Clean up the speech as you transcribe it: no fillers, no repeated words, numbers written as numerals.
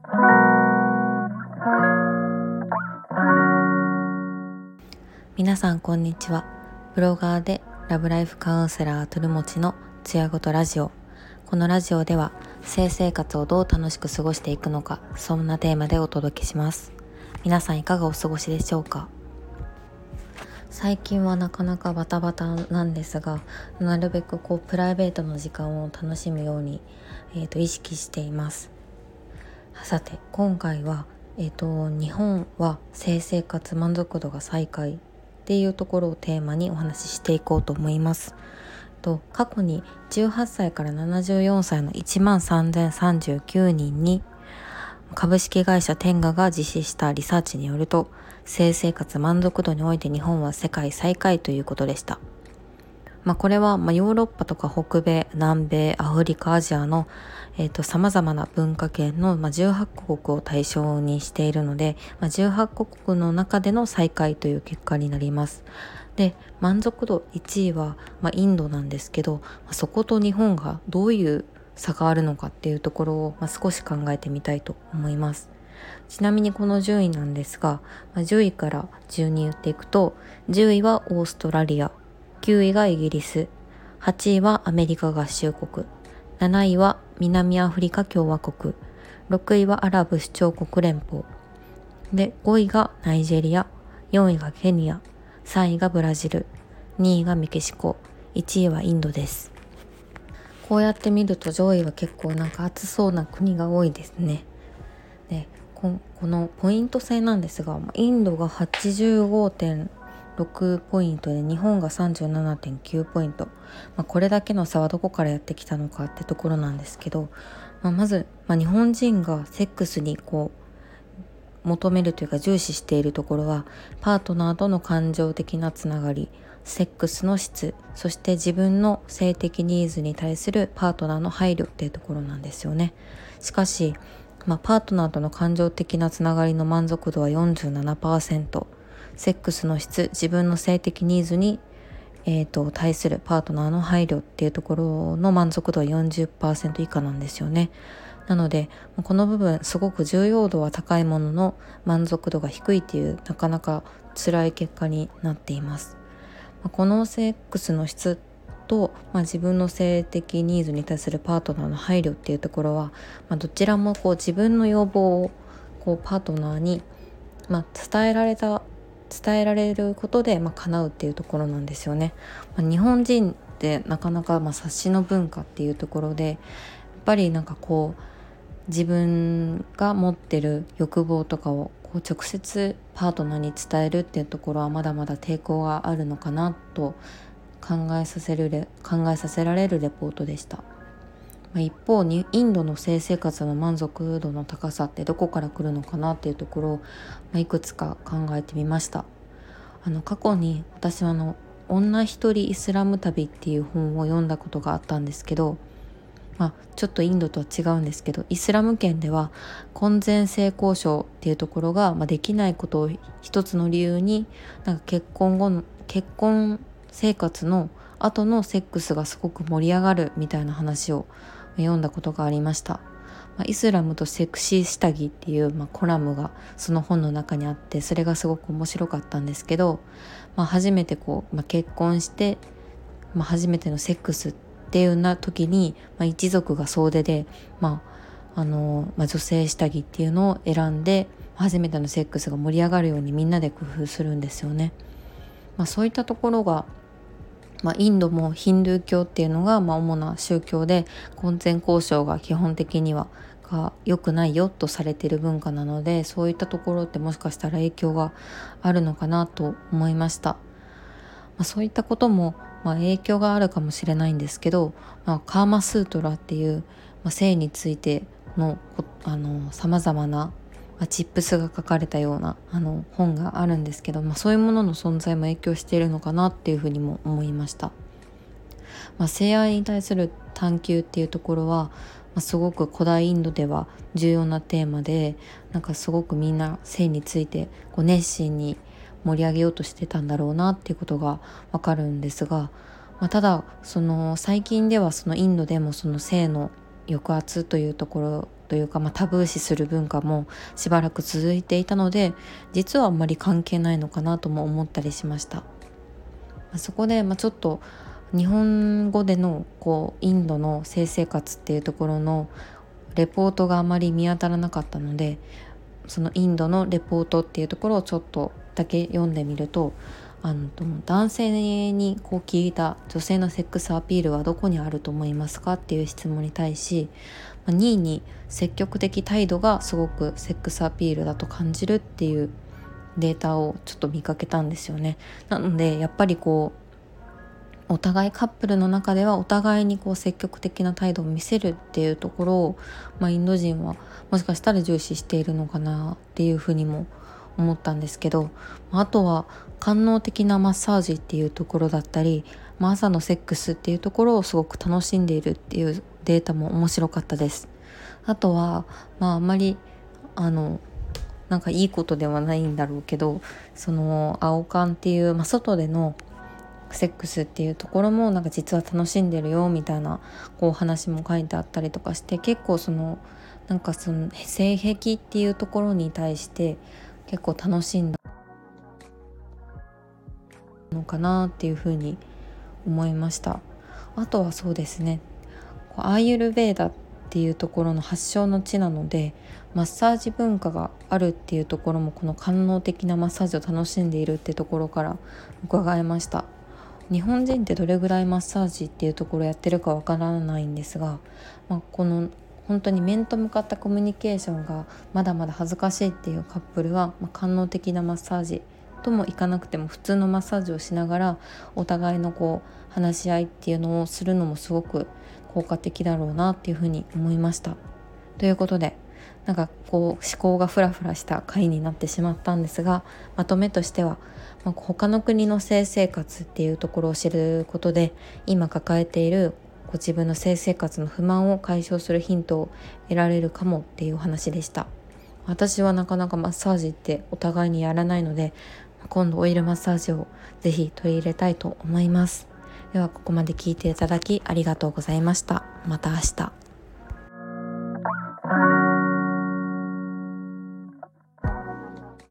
皆さんこんにちは。ブロガーでラブライフカウンセラートルモチのつやごとラジオ。このラジオでは性生活をどう楽しく過ごしていくのか、そんなテーマでお届けします。皆さんいかがお過ごしでしょうか。最近はなかなかバタバタなんですが、なるべくプライベートの時間を楽しむように、意識しています。さて今回は、日本は性生活満足度が最下位っていうところをテーマにお話ししていこうと思います。過去に18歳から74歳の1万3039人に株式会社テンガが実施したリサーチによると、性生活満足度において日本は世界最下位ということでした。これはヨーロッパとか北米、南米、アフリカ、アジアの様々な文化圏の18カ国を対象にしているので、18カ国の中での最下位という結果になります。で、満足度1位はインドなんですけど、そこと日本がどういう差があるのかっていうところを少し考えてみたいと思います。ちなみにこの順位なんですが、10位から順に言っていくと、10位はオーストラリア、9位がイギリス、8位はアメリカ合衆国、7位は南アフリカ共和国、6位はアラブ首長国連邦で、5位がナイジェリア、4位がケニア、3位がブラジル、2位がメキシコ、1位はインドです。こうやって見ると上位は結構暑そうな国が多いですね。で、このポイント制なんですが、インドが 85.6 ポイントで日本が 37.9 ポイント、これだけの差はどこからやってきたのかってところなんですけど、まず、日本人がセックスに求めるというか重視しているところは、パートナーとの感情的なつながり、セックスの質、そして自分の性的ニーズに対するパートナーの配慮っていうところなんですよね。しかし、パートナーとの感情的なつながりの満足度は 47%、 セックスの質、自分の性的ニーズに、対するパートナーの配慮っていうところの満足度は 40% 以下なんですよね。なのでこの部分すごく重要度は高いものの満足度が低いっていう、なかなか辛い結果になっています。このセックスの質と、自分の性的ニーズに対するパートナーの配慮っていうところは、どちらも自分の要望をパートナーに、伝えられることで叶うっていうところなんですよね。日本人ってなかなか察しの文化っていうところで、やっぱり自分が持ってる欲望とかを直接パートナーに伝えるっていうところはまだまだ抵抗があるのかなと考えさせられるレポートでした。一方にインドの性生活の満足度の高さってどこから来るのかなっていうところを、いくつか考えてみました。過去に私は女一人イスラム旅っていう本を読んだことがあったんですけど、ちょっとインドとは違うんですけど、イスラム圏では婚前性交渉っていうところが、できないことを一つの理由に、結婚生活の後のセックスがすごく盛り上がるみたいな話を読んだことがありました。イスラムとセクシー下着っていう、コラムがその本の中にあって、それがすごく面白かったんですけど、初めて結婚して、初めてのセックスっていうな時に、一族が総出で、女性下着っていうのを選んで、初めてのセックスが盛り上がるようにみんなで工夫するんですよね。そういったところが、インドもヒンドゥー教っていうのが主な宗教で、婚前交渉が基本的には良くないよとされている文化なので、そういったところってもしかしたら影響があるのかなと思いました。そういったことも影響があるかもしれないんですけど、カーマスートラっていう、性についての様々なチップスが書かれたような本があるんですけど、そういうものの存在も影響しているのかなっていうふうにも思いました。性愛に対する探求っていうところは、すごく古代インドでは重要なテーマで、すごくみんな性について熱心に盛り上げようとしてたんだろうなっていうことがわかるんですが、ただ最近ではインドでも性の抑圧というところというか、タブー視する文化もしばらく続いていたので、実はあんまり関係ないのかなとも思ったりしました。そこで、ちょっと日本語でのインドの性生活っていうところのレポートがあまり見当たらなかったので、そのインドのレポートっていうところをちょっとだけ読んでみると、男性に聞いた女性のセックスアピールはどこにあると思いますかっていう質問に対し、2位に積極的態度がすごくセックスアピールだと感じるっていうデータをちょっと見かけたんですよね。なのでやっぱりお互いカップルの中ではお互いに積極的な態度を見せるっていうところを、インド人はもしかしたら重視しているのかなっていうふうにも思ったんですけど、あとは官能的なマッサージっていうところだったり、朝のセックスっていうところをすごく楽しんでいるっていうデータも面白かったです。あとはあんまりなんかいいことではないんだろうけど、その青缶っていう、外でのセックスっていうところもなんか実は楽しんでるよみたいな話も書いてあったりとかして、結構その性癖っていうところに対して結構楽しんだのかなっていうふうに思いました。あとはそうですね、アーユルヴェーダっていうところの発祥の地なので、マッサージ文化があるっていうところも、この官能的なマッサージを楽しんでいるっていうところから伺いました。日本人ってどれぐらいマッサージっていうところやってるかわからないんですが、この本当に面と向かったコミュニケーションがまだまだ恥ずかしいっていうカップルは、官能的なマッサージともいかなくても普通のマッサージをしながらお互いの話し合いっていうのをするのもすごく効果的だろうなっていうふうに思いました。ということで、なんか思考がフラフラした回になってしまったんですが、まとめとしては、他の国の性生活っていうところを知ることで、今抱えている自分の性生活の不満を解消するヒントを得られるかもっていうお話でした。私はなかなかマッサージってお互いにやらないので、今度オイルマッサージをぜひ取り入れたいと思います。ではここまで聞いていただきありがとうございました。また明日。